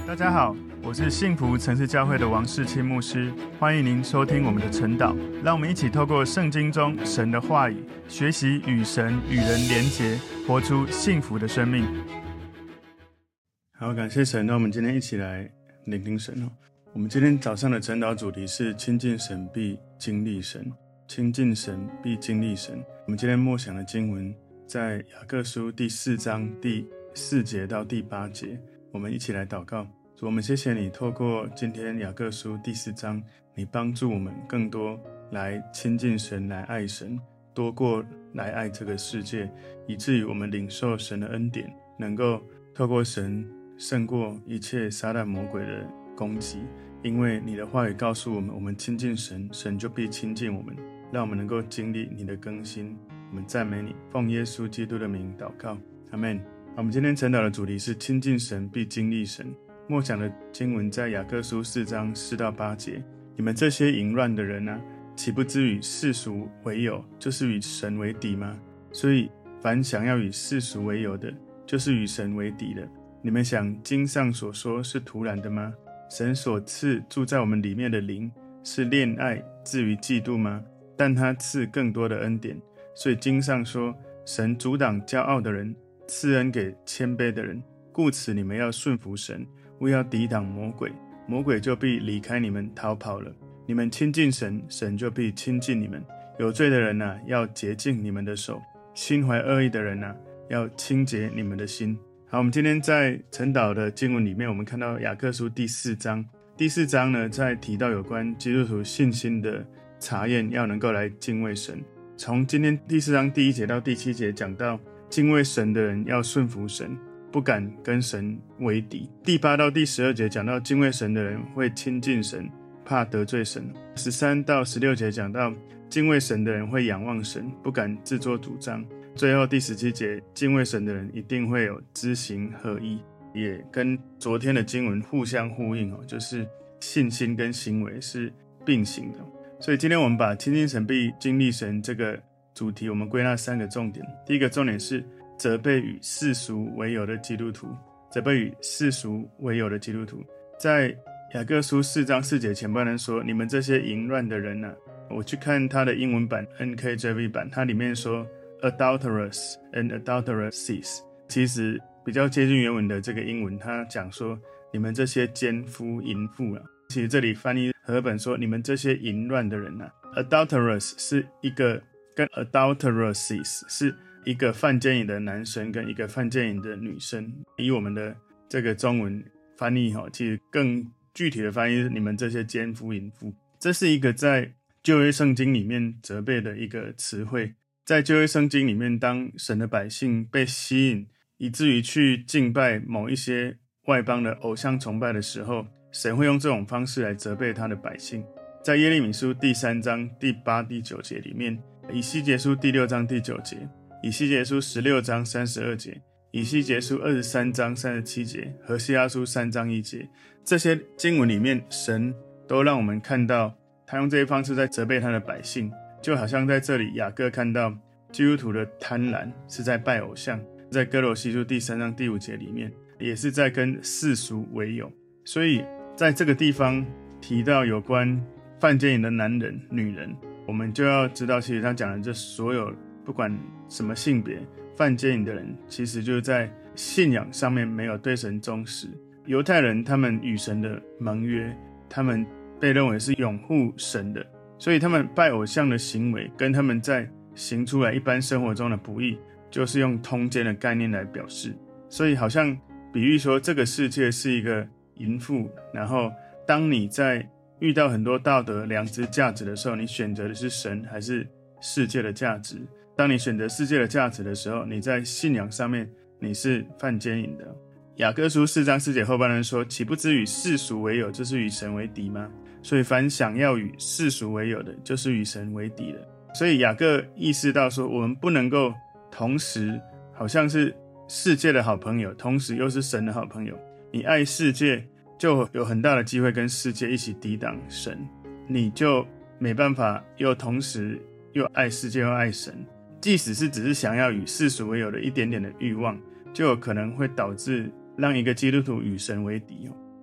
大家好，我是幸福城市教会的王世清牧师，欢迎您收听我们的晨祷。让我们一起透过圣经中神的话语，学习与神与人连结，活出幸福的生命。好，感谢神。那我们今天一起来聆听神。我们今天早上的晨祷主题是亲近神必经历神，亲近神必经历神。我们今天默想的经文在雅各书第4章第4节到第8节，我们一起来祷告。主，我们谢谢你透过今天雅各书第4章，你帮助我们更多来亲近神，来爱神，多过来爱这个世界，以至于我们领受神的恩典，能够透过神胜过一切撒旦魔鬼的攻击。因为你的话语告诉我们，我们亲近神，神就必亲近我们，让我们能够经历你的更新。我们赞美你，奉耶稣基督的名祷告，阿们。我们今天晨祷的主题是亲近神必经历神。默想的经文在雅各书4章4到8节，你们这些淫乱的人啊，岂不知与世俗为友，就是与神为敌吗？所以凡想要与世俗为友的，就是与神为敌的。你们想经上所说是突然的吗？神所赐住在我们里面的灵是恋爱至于嫉妒吗？但他赐更多的恩典。所以经上说，神阻挡骄傲的人，赐恩给谦卑的人。故此你们要顺服神，勿要抵挡魔鬼，魔鬼就必离开你们逃跑了。你们亲近神，神就必亲近你们。有罪的人啊，要洁净你们的手；心怀恶意的人啊，要清洁你们的心。好，我们今天在晨祷的经文里面，我们看到雅各书第4章。第4章呢，在提到有关基督徒信心的查验，要能够来敬畏神。从今天第4章第1节到第7节讲到敬畏神的人要顺服神，不敢跟神为敌。第8到第12节讲到敬畏神的人会亲近神，怕得罪神。13到16节讲到敬畏神的人会仰望神，不敢自作主张。最后第17节，敬畏神的人一定会有知行合一，也跟昨天的经文互相呼应，就是信心跟行为是并行的。所以今天我们把亲近神必经历神这个主题，我们归纳3个重点。第一个重点是责备与世俗为友的基督徒，责备与世俗为友的基督徒。在雅各书4章4节前半段说，你们这些淫乱的人啊，我去看它的英文版 NKJV 版，它里面说 adulterers and adulteresses， 其实比较接近原文的这个英文，它讲说你们这些奸夫淫妇啊。其实这里翻译和合本说你们这些淫乱的人啊。 adulterers 是一个跟 adulteresses 是一个犯奸淫的男生跟一个犯奸淫的女生。以我们的这个中文翻译，其实更具体的翻译是你们这些奸夫淫妇。这是一个在旧约圣经里面责备的一个词汇。在旧约圣经里面，当神的百姓被吸引以至于去敬拜某一些外邦的偶像崇拜的时候，神会用这种方式来责备他的百姓。在耶利米书第3章第8、第9节里面，以西结书第6章第9节，以西结书16章32节，以西结书23章37节，何西阿书3章1节，这些经文里面，神都让我们看到他用这些方式在责备他的百姓。就好像在这里雅各看到基督徒的贪婪是在拜偶像，在哥罗西书第3章第5节里面也是在跟世俗为友。所以在这个地方提到有关犯奸淫的男人女人，我们就要知道，其实他讲的这所有不管什么性别犯奸淫的人，其实就是在信仰上面没有对神忠实。犹太人他们与神的盟约，他们被认为是拥护神的，所以他们拜偶像的行为跟他们在行出来一般生活中的不义，就是用通奸的概念来表示。所以好像比喻说，这个世界是一个淫妇，然后当你在遇到很多道德良知价值的时候，你选择的是神还是世界的价值？当你选择世界的价值的时候，你在信仰上面你是犯奸淫的。雅各书4章4节后半段说，岂不知与世俗为友，就是与神为敌吗？所以凡想要与世俗为友的，就是与神为敌的。所以雅各意识到说，我们不能够同时好像是世界的好朋友，同时又是神的好朋友。你爱世界，就有很大的机会跟世界一起抵挡神，你就没办法又同时又爱世界又爱神。即使是只是想要与世俗为友的一点点的欲望，就有可能会导致让一个基督徒与神为敌。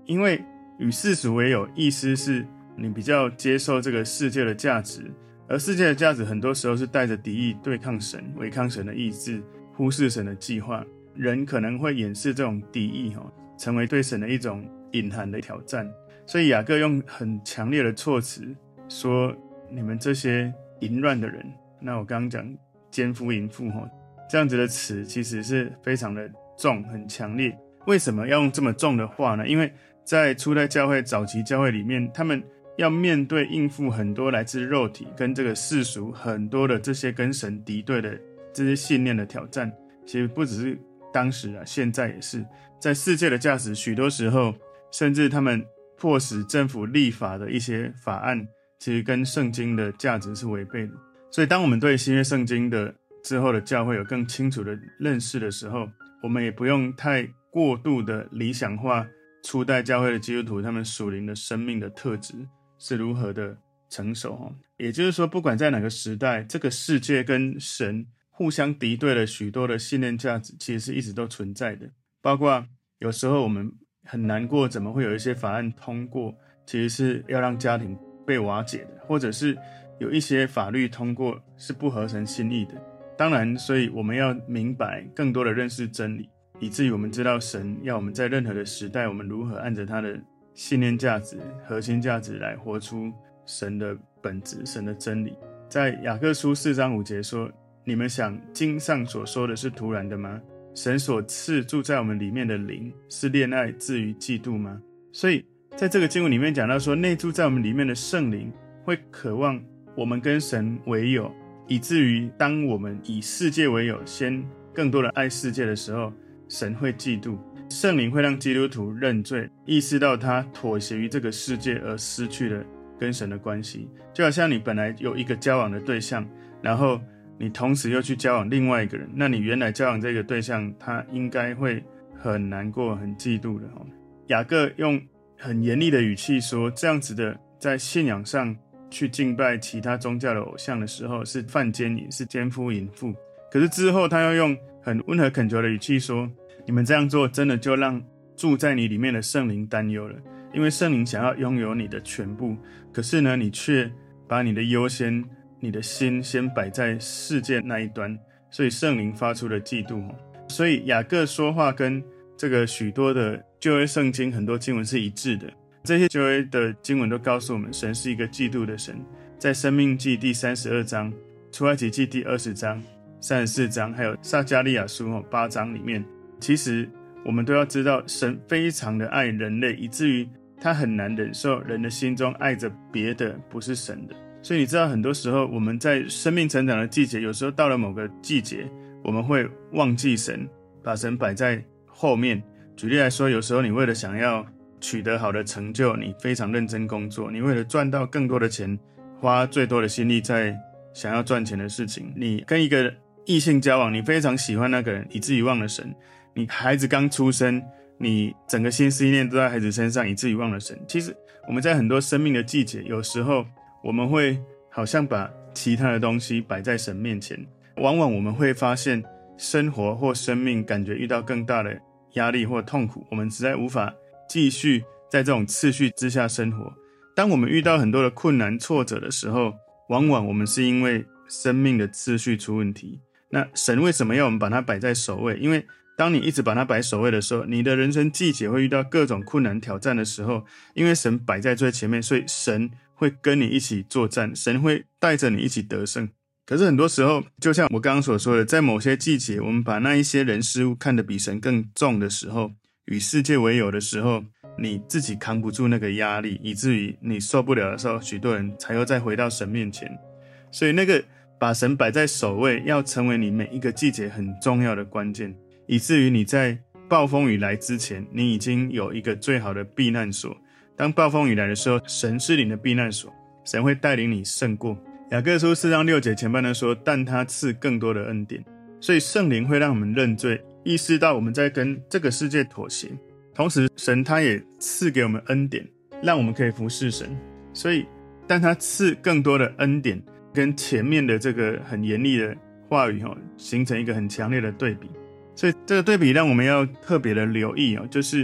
因为与世俗为友，意思是你比较接受这个世界的价值，而世界的价值很多时候是带着敌意对抗神，违抗神的意志，忽视神的计划。人可能会掩饰这种敌意，成为对神的一种隐含的挑战。所以雅各用很强烈的措辞说，你们这些淫乱的人，那我刚刚讲奸夫淫妇，这样子的词其实是非常的重，很强烈。为什么要用这么重的话呢？因为在初代教会、早期教会里面，他们要面对应付很多来自肉体跟这个世俗很多的这些跟神敌对的这些信念的挑战。其实不只是当时现在也是，在世界的价值许多时候，甚至他们迫使政府立法的一些法案，其实跟圣经的价值是违背的。所以当我们对新约圣经的之后的教会有更清楚的认识的时候，我们也不用太过度的理想化初代教会的基督徒他们属灵的生命的特质是如何的成熟。也就是说，不管在哪个时代，这个世界跟神互相敌对的许多的信念价值其实是一直都存在的。包括有时候我们很难过，怎么会有一些法案通过，其实是要让家庭被瓦解的，或者是有一些法律通过是不合神心意的。当然，所以我们要明白更多的认识真理，以至于我们知道神要我们在任何的时代，我们如何按着他的信念价值、核心价值来活出神的本质、神的真理。在雅各书4章5节说，你们想经上所说的是突然的吗？神所赐住在我们里面的灵，是恋爱至于嫉妒吗？所以在这个经文里面讲到说，内住在我们里面的圣灵会渴望我们跟神为友，以至于当我们以世界为友，先更多的爱世界的时候，神会嫉妒。圣灵会让基督徒认罪，意识到他妥协于这个世界而失去了跟神的关系。就好像你本来有一个交往的对象，然后你同时又去交往另外一个人，那你原来交往这个对象，他应该会很难过、很嫉妒的。雅各用很严厉的语气说，这样子的在信仰上去敬拜其他宗教的偶像的时候，是犯奸淫，是奸夫淫妇。可是之后他又用很温和恳求的语气说，你们这样做真的就让住在你里面的圣灵担忧了，因为圣灵想要拥有你的全部，可是呢，你却把你的优先、你的心先摆在世界那一端，所以圣灵发出了嫉妒。所以雅各说话跟这个许多的旧约圣经很多经文是一致的。这些旧约的经文都告诉我们，神是一个嫉妒的神。在申命记第32章、出埃及记第20章、34章，还有撒迦利亚书8章里面，其实我们都要知道，神非常的爱人类，以至于他很难忍受人的心中爱着别的不是神的。所以你知道，很多时候我们在生命成长的季节，有时候到了某个季节，我们会忘记神，把神摆在后面。举例来说，有时候你为了想要取得好的成就，你非常认真工作，你为了赚到更多的钱，花最多的心力在想要赚钱的事情。你跟一个异性交往，你非常喜欢那个人，以至于忘了神。你孩子刚出生，你整个心思意念都在孩子身上，以至于忘了神。其实我们在很多生命的季节，有时候我们会好像把其他的东西摆在神面前，往往我们会发现生活或生命感觉遇到更大的压力或痛苦，我们实在无法继续在这种次序之下生活。当我们遇到很多的困难挫折的时候，往往我们是因为生命的次序出问题。那神为什么要我们把它摆在首位？因为当你一直把它摆首位的时候，你的人生季节会遇到各种困难挑战的时候，因为神摆在最前面，所以神会跟你一起作战，神会带着你一起得胜。可是很多时候，就像我刚刚所说的，在某些季节，我们把那一些人事物看得比神更重的时候，与世界为友的时候，你自己扛不住那个压力，以至于你受不了的时候，许多人才又再回到神面前。所以那个把神摆在首位，要成为你每一个季节很重要的关键，以至于你在暴风雨来之前，你已经有一个最好的避难所。当暴风雨来的时候，神是你的避难所，神会带领你胜过。雅各书4章6节前半段说，但他赐更多的恩典。所以圣灵会让我们认罪，意识到我们在跟这个世界妥协，同时神他也赐给我们恩典，让我们可以服侍神。所以但他赐更多的恩典，跟前面的这个很严厉的话语形成一个很强烈的对比。所以这个对比让我们要特别的留意，就是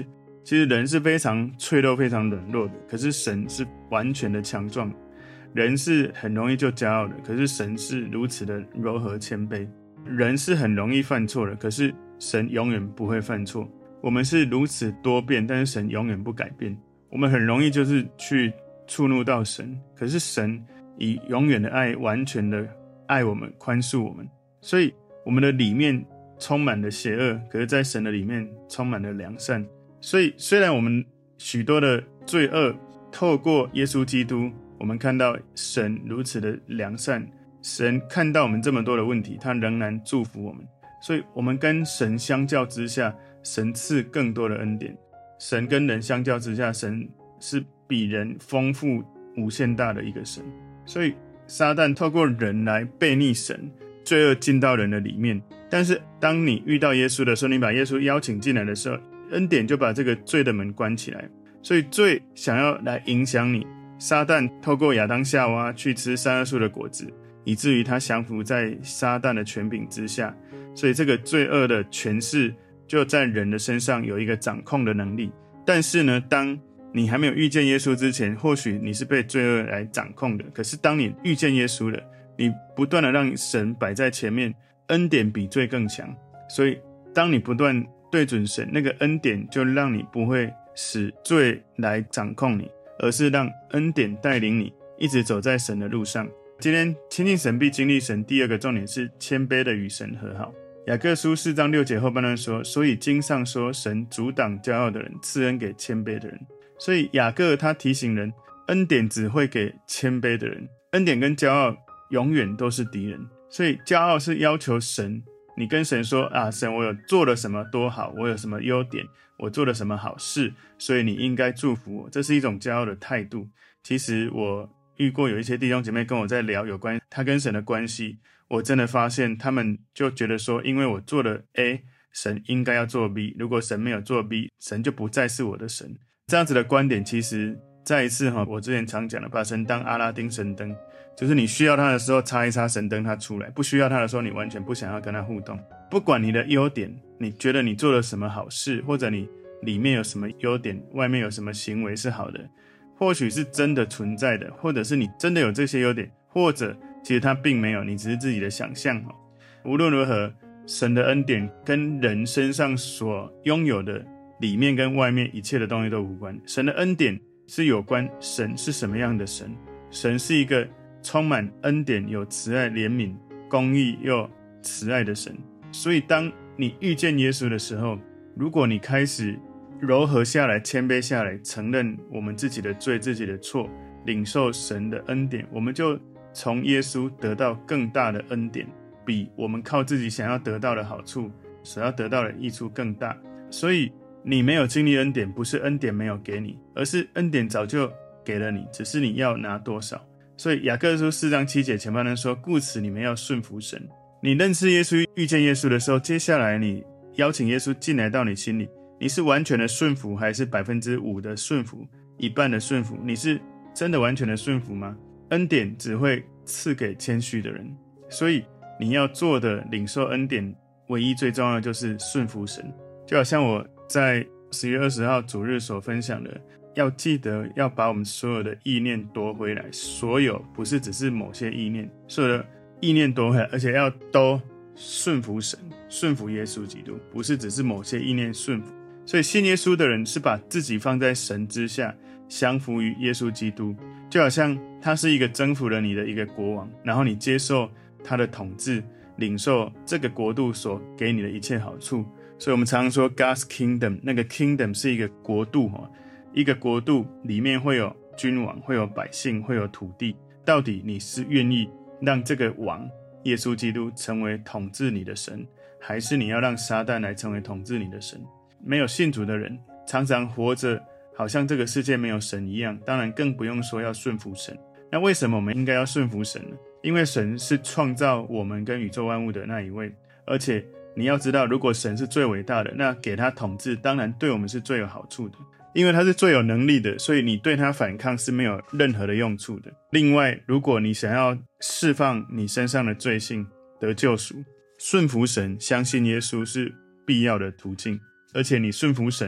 其实人是非常脆弱非常软弱的，可是神是完全的强壮。人是很容易就骄傲的，可是神是如此的柔和谦卑。人是很容易犯错的，可是神永远不会犯错。我们是如此多变，但是神永远不改变。我们很容易就是去触怒到神，可是神以永远的爱完全的爱我们，宽恕我们。所以我们的里面充满了邪恶，可是在神的里面充满了良善。所以虽然我们许多的罪恶透过耶稣基督，我们看到神如此的良善，神看到我们这么多的问题，他仍然祝福我们。所以我们跟神相较之下，神赐更多的恩典。神跟人相较之下，神是比人丰富无限大的一个神。所以撒旦透过人来悖逆神，罪恶进到人的里面。但是当你遇到耶稣的时候，你把耶稣邀请进来的时候，恩典就把这个罪的门关起来。所以罪想要来影响你，撒旦透过亚当夏娃去吃善恶树的果子，以至于他降服在撒旦的权柄之下。所以这个罪恶的权势就在人的身上有一个掌控的能力。但是呢，当你还没有遇见耶稣之前，或许你是被罪恶来掌控的。可是当你遇见耶稣了，你不断的让神摆在前面，恩典比罪更强。所以当你不断对准神，那个恩典就让你不会使罪来掌控你，而是让恩典带领你一直走在神的路上。今天亲近神必经历神，第二个重点是谦卑的与神和好。雅各书4章6节后半段说，所以经上说，神阻挡骄傲的人，赐恩给谦卑的人。所以雅各他提醒人，恩典只会给谦卑的人，恩典跟骄傲永远都是敌人。所以骄傲是要求神，你跟神说啊，神我有做了什么多好，我有什么优点，我做了什么好事，所以你应该祝福我。这是一种骄傲的态度。其实我遇过有一些弟兄姐妹跟我在聊有关他跟神的关系，我真的发现他们就觉得说，因为我做了 A， 神应该要做 B， 如果神没有做 B， 神就不再是我的神。这样子的观点，其实再一次我之前常讲的，把神当阿拉丁神灯，就是你需要他的时候插一插神灯他出来，不需要他的时候你完全不想要跟他互动。不管你的优点，你觉得你做了什么好事，或者你里面有什么优点，外面有什么行为是好的，或许是真的存在的，或者是你真的有这些优点，或者其实他并没有，你只是自己的想象。无论如何，神的恩典跟人身上所拥有的里面跟外面一切的东西都无关。神的恩典是有关神是什么样的神，神是一个充满恩典、有慈爱、怜悯、公义又慈爱的神。所以当你遇见耶稣的时候，如果你开始柔和下来、谦卑下来，承认我们自己的罪、自己的错，领受神的恩典，我们就从耶稣得到更大的恩典，比我们靠自己想要得到的好处所要得到的益处更大。所以你没有经历恩典，不是恩典没有给你，而是恩典早就给了你，只是你要拿多少。所以雅各书4章7节前半段说，故此你们要顺服神。你认识耶稣、遇见耶稣的时候，接下来你邀请耶稣进来到你心里，你是完全的顺服，还是5%的顺服，一半的顺服？你是真的完全的顺服吗？恩典只会赐给谦虚的人，所以你要做的领受恩典唯一最重要的就是顺服神。就好像我在10月20号主日所分享的，要记得要把我们所有的意念夺回来，所有不是只是某些意念，所有的意念夺回来，而且要都顺服神，顺服耶稣基督，不是只是某些意念顺服。所以信耶稣的人是把自己放在神之下，降服于耶稣基督，就好像他是一个征服了你的一个国王，然后你接受他的统治，领受这个国度所给你的一切好处。所以我们常常说 God's Kingdom， 那个 Kingdom 是一个国度，一个国度里面会有君王，会有百姓，会有土地。到底你是愿意让这个王耶稣基督成为统治你的神，还是你要让撒旦来成为统治你的神？没有信主的人常常活着好像这个世界没有神一样，当然更不用说要顺服神。那为什么我们应该要顺服神呢？因为神是创造我们跟宇宙万物的那一位，而且你要知道，如果神是最伟大的，那给他统治当然对我们是最有好处的，因为他是最有能力的，所以你对他反抗是没有任何的用处的。另外，如果你想要释放你身上的罪性，得救赎，顺服神，相信耶稣是必要的途径。而且你顺服神，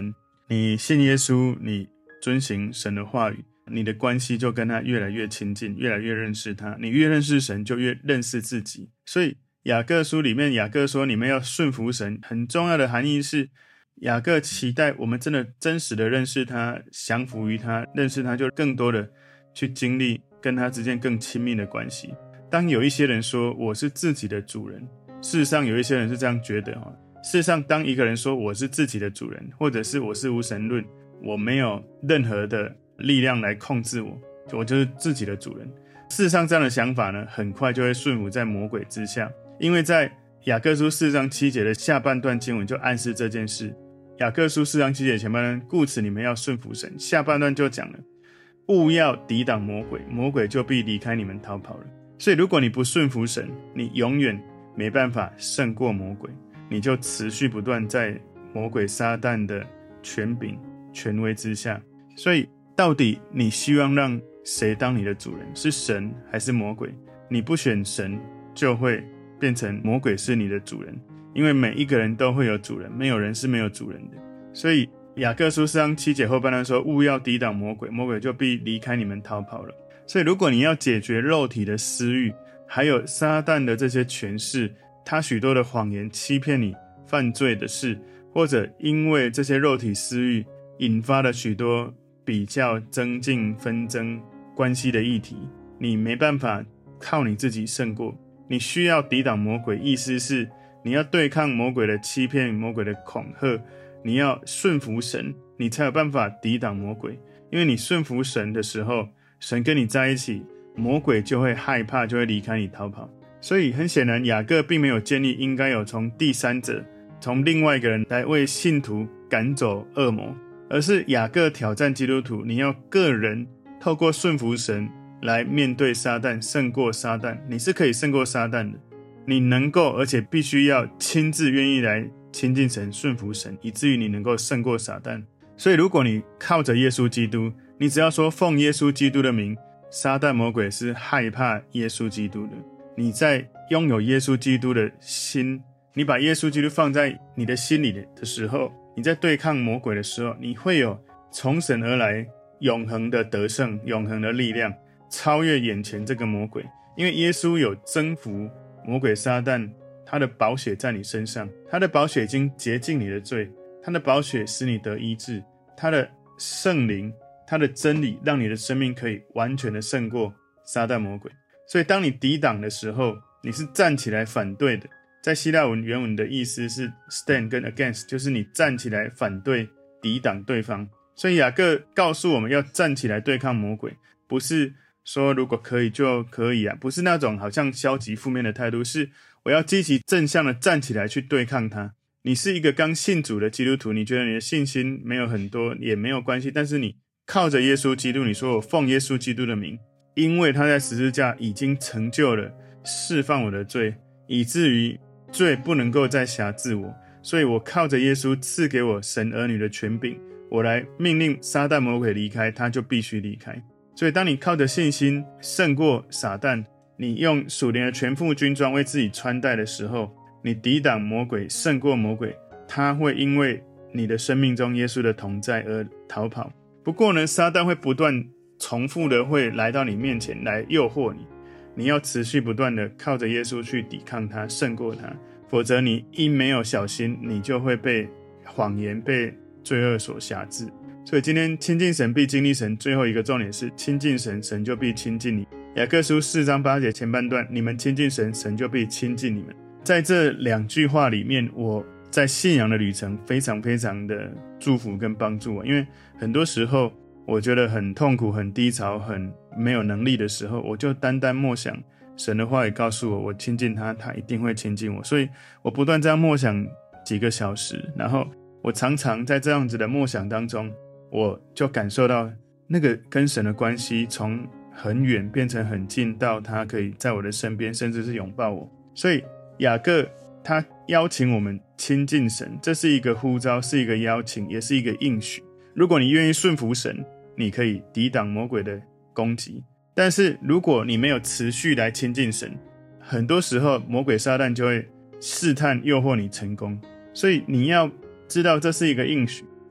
你信耶稣，你遵行神的话语，你的关系就跟他越来越亲近，越来越认识他。你越认识神，就越认识自己。所以雅各书里面，雅各说你们要顺服神，很重要的含义是雅各期待我们真的真实的认识他，降服于他，认识他就更多的去经历跟他之间更亲密的关系。当有一些人说我是自己的主人，事实上有一些人是这样觉得。事实上当一个人说我是自己的主人，或者是我是无神论，我没有任何的力量来控制我，我就是自己的主人。事实上这样的想法呢，很快就会顺服在魔鬼之下，因为在雅各书4章7节的下半段经文就暗示这件事。雅各书4章7节前半段，故此你们要顺服神，下半段就讲了，勿要抵挡魔鬼，魔鬼就必离开你们逃跑了。所以如果你不顺服神，你永远没办法胜过魔鬼，你就持续不断在魔鬼撒旦的权柄权威之下。所以到底你希望让谁当你的主人，是神还是魔鬼？你不选神，就会变成魔鬼是你的主人，因为每一个人都会有主人，没有人是没有主人的。所以雅各书4章7节后半段说，勿要抵挡魔鬼，魔鬼就必离开你们逃跑了。所以如果你要解决肉体的私欲，还有撒旦的这些权势，他许多的谎言欺骗你犯罪的事，或者因为这些肉体私欲引发了许多比较增进纷争关系的议题，你没办法靠你自己胜过，你需要抵挡魔鬼，意思是你要对抗魔鬼的欺骗，魔鬼的恐吓，你要顺服神，你才有办法抵挡魔鬼。因为你顺服神的时候，神跟你在一起，魔鬼就会害怕，就会离开你逃跑。所以很显然雅各并没有建议应该有从第三者，从另外一个人来为信徒赶走恶魔，而是雅各挑战基督徒，你要个人透过顺服神来面对撒旦，胜过撒旦。你是可以胜过撒旦的，你能够，而且必须要亲自愿意来亲近神，顺服神，以至于你能够胜过撒旦。所以如果你靠着耶稣基督，你只要说奉耶稣基督的名，撒旦魔鬼是害怕耶稣基督的。你在拥有耶稣基督的心，你把耶稣基督放在你的心里的时候，你在对抗魔鬼的时候，你会有从神而来永恒的得胜，永恒的力量，超越眼前这个魔鬼。因为耶稣有征服魔鬼撒旦，他的宝血在你身上，他的宝血已经洁净你的罪，他的宝血使你得医治，他的圣灵，他的真理让你的生命可以完全的胜过撒旦魔鬼。所以当你抵挡的时候，你是站起来反对的。在希腊文原文的意思是 stand 跟 against， 就是你站起来反对抵挡对方。所以雅各告诉我们要站起来对抗魔鬼，不是说如果可以就可以啊，不是那种好像消极负面的态度，是我要积极正向的站起来去对抗他。你是一个刚信主的基督徒，你觉得你的信心没有很多也没有关系，但是你靠着耶稣基督，你说我奉耶稣基督的名，因为他在十字架已经成就了释放我的罪，以至于罪不能够再辖制我，所以我靠着耶稣赐给我神儿女的权柄，我来命令撒旦魔鬼离开，他就必须离开。所以当你靠着信心胜过撒旦，你用属灵的全副军装为自己穿戴的时候，你抵挡魔鬼，胜过魔鬼，他会因为你的生命中耶稣的同在而逃跑。不过呢，撒旦会不断重复的会来到你面前来诱惑你，你要持续不断的靠着耶稣去抵抗他，胜过他，否则你一没有小心，你就会被谎言被罪恶所辖制。所以今天亲近神必经历神，最后一个重点是亲近神，神就必亲近你。雅各书4章8节前半段，你们亲近神，神就必亲近你们。在这两句话里面，我在信仰的旅程非常非常的祝福跟帮助我。因为很多时候我觉得很痛苦很低潮很没有能力的时候，我就单单默想神的话语告诉我，我亲近他，他一定会亲近我。所以我不断这样默想几个小时，然后我常常在这样子的默想当中，我就感受到那个跟神的关系从很远变成很近，到他可以在我的身边，甚至是拥抱我。所以雅各他邀请我们亲近神，这是一个呼召，是一个邀请，也是一个应许。如果你愿意顺服神，你可以抵挡魔鬼的攻击。但是如果你没有持续来亲近神，很多时候魔鬼撒旦就会试探诱惑你成功。所以你要知道这是一个应许，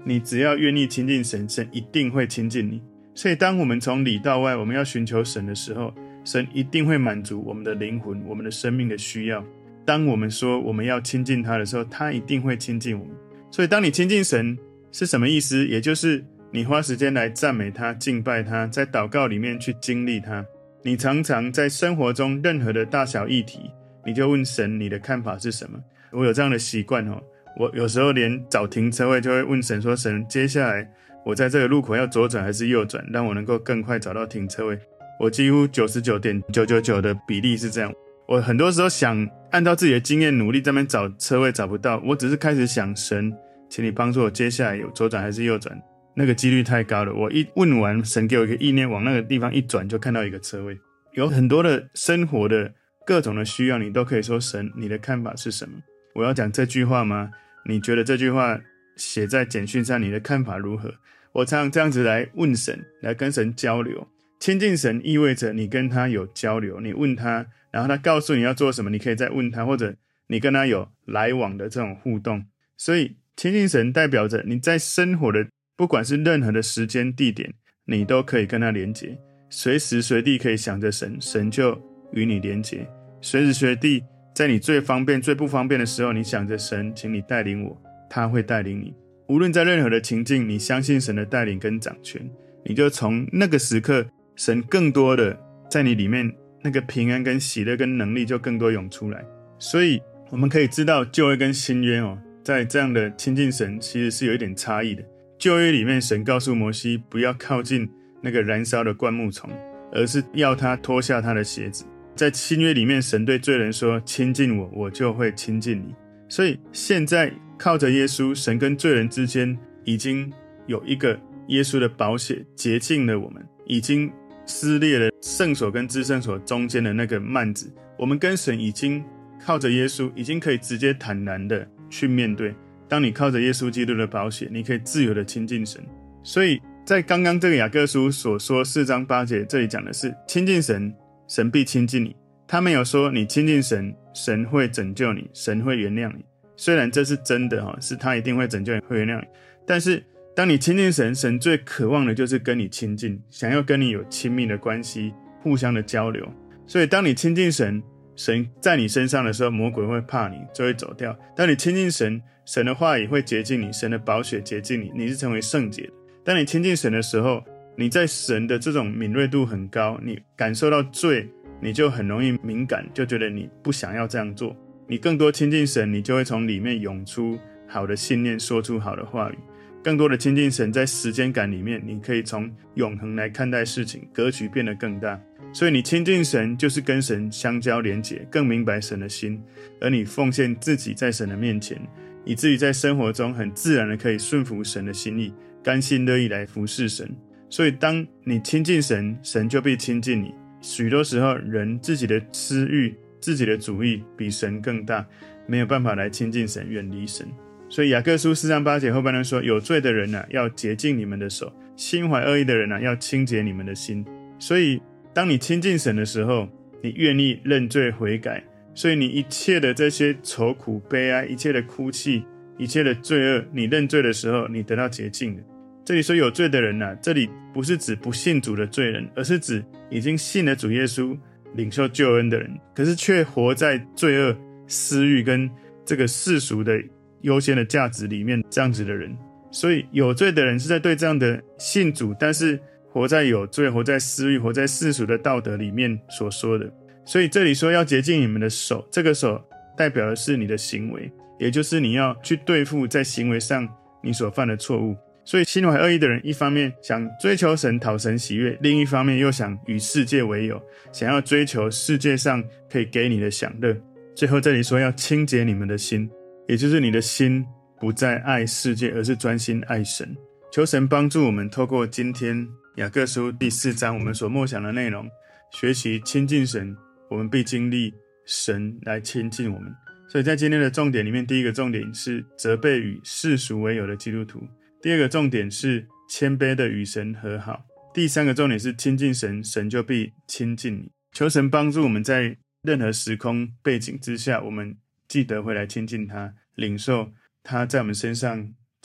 你只要愿意亲近神，神一定会亲近你。所以当我们从里到外我们要寻求神的时候，神一定会满足我们的灵魂我们的生命的需要。当我们说我们要亲近他的时候，他一定会亲近我们。所以当你亲近神是什么意思？也就是你花时间来赞美他敬拜他，在祷告里面去经历他。你常常在生活中任何的大小议题，你就问神你的看法是什么。我有这样的习惯我有时候连找停车位就会问神说，神接下来我在这个路口要左转还是右转，让我能够更快找到停车位。我几乎 99.999% 的比例是这样。我很多时候想按照自己的经验努力在那边找车位找不到，我只是开始想，神请你帮助我接下来有左转还是右转，那个几率太高了。我一问完，神给我一个意念，往那个地方一转就看到一个车位。有很多的生活的各种的需要，你都可以说，神你的看法是什么？我要讲这句话吗？你觉得这句话写在简讯上，你的看法如何？我常常这样子来问神，来跟神交流。亲近神意味着你跟他有交流，你问他，然后他告诉你要做什么，你可以再问他，或者你跟他有来往的这种互动。所以亲近神代表着你在生活的不管是任何的时间地点，你都可以跟他连结，随时随地可以想着神，神就与你连结。随时随地在你最方便最不方便的时候，你想着神请你带领我，他会带领你。无论在任何的情境，你相信神的带领跟掌权，你就从那个时刻神更多的在你里面那个平安跟喜乐跟能力就更多涌出来。所以我们可以知道旧约跟新约在这样的亲近神其实是有一点差异的。旧约里面神告诉摩西不要靠近那个燃烧的灌木丛，而是要他脱下他的鞋子。在新约里面神对罪人说，亲近我，我就会亲近你。所以现在靠着耶稣，神跟罪人之间已经有一个耶稣的宝血洁净了我们，已经撕裂了圣所跟至圣所中间的那个幔子。我们跟神已经靠着耶稣已经可以直接坦然的去面对。当你靠着耶稣基督的宝血，你可以自由的亲近神。所以在刚刚这个雅各书所说4章8节，这里讲的是亲近神，神必亲近你。他没有说你亲近神，神会拯救你，神会原谅你。虽然这是真的是他一定会拯救你，会原谅你，但是当你亲近神，神最渴望的就是跟你亲近，想要跟你有亲密的关系，互相的交流。所以当你亲近神，神在你身上的时候，魔鬼会怕你，就会走掉。当你亲近神，神的话语会洁净你，神的宝血洁净你，你是成为圣洁的。当你亲近神的时候，你在神的这种敏锐度很高，你感受到罪，你就很容易敏感，就觉得你不想要这样做。你更多亲近神，你就会从里面涌出好的信念，说出好的话语。更多的亲近神，在时间感里面，你可以从永恒来看待事情，格局变得更大。所以你亲近神就是跟神相交连结，更明白神的心，而你奉献自己在神的面前，以至于在生活中很自然的可以顺服神的心意，甘心乐意来服侍神。所以当你亲近神，神就必亲近你。许多时候人自己的私欲自己的主意比神更大，没有办法来亲近神，远离神。所以雅各书4章8节后半段说，有罪的人要洁净你们的手，心怀恶意的人要清洁你们的心。所以当你亲近神的时候，你愿意认罪悔改，所以你一切的这些愁苦悲哀，一切的哭泣，一切的罪恶，你认罪的时候，你得到洁净的。这里说有罪的人这里不是指不信主的罪人，而是指已经信了主耶稣领受救恩的人，可是却活在罪恶私欲跟这个世俗的优先的价值里面，这样子的人。所以有罪的人是在对这样的信主，但是活在有罪，活在私欲，活在世俗的道德里面所说的。所以这里说要洁净你们的手，这个手代表的是你的行为，也就是你要去对付在行为上你所犯的错误。所以心怀恶意的人，一方面想追求神讨神喜悦，另一方面又想与世界为友，想要追求世界上可以给你的享乐。最后这里说要清洁你们的心，也就是你的心不再爱世界，而是专心爱神。求神帮助我们透过今天雅各书第4章我们所默想的内容，学习亲近神，我们必经历神来亲近我们。所以在今天的重点里面，第一个重点是责备与世俗为友的基督徒，第二个重点是谦卑的与神和好，第三个重点是亲近神，神就必亲近你。求神帮助我们在任何时空背景之下，我们记得回来亲近他，领受他在我们身上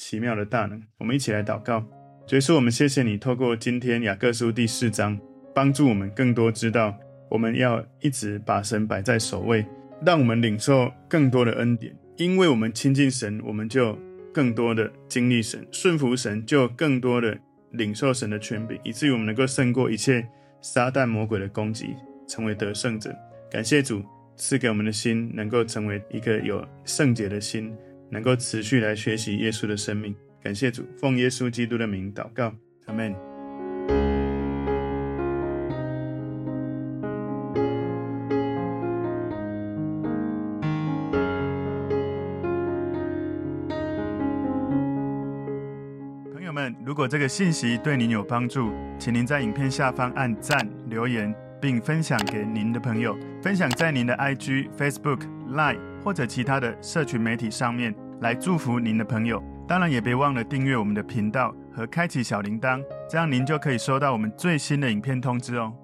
奇妙的大能。我们一起来祷告。主耶稣，我们谢谢你透过今天雅各书第4章，帮助我们更多知道我们要一直把神摆在首位，让我们领受更多的恩典。因为我们亲近神，我们就更多的经历神，顺服神，就更多的领受神的权柄，以至于我们能够胜过一切撒旦魔鬼的攻击，成为得胜者。感谢主赐给我们的心能够成为一个有圣洁的心，能够持续来学习耶稣的生命。感谢主，奉耶稣基督的名祷告，阿们。朋友们，如果这个信息对您有帮助，请您在影片下方按赞、留言，并分享给您的朋友，分享在您的 IG、Facebook、Line 或者其他的社群媒体上面，来祝福您的朋友。当然也别忘了订阅我们的频道和开启小铃铛，这样您就可以收到我们最新的影片通知哦。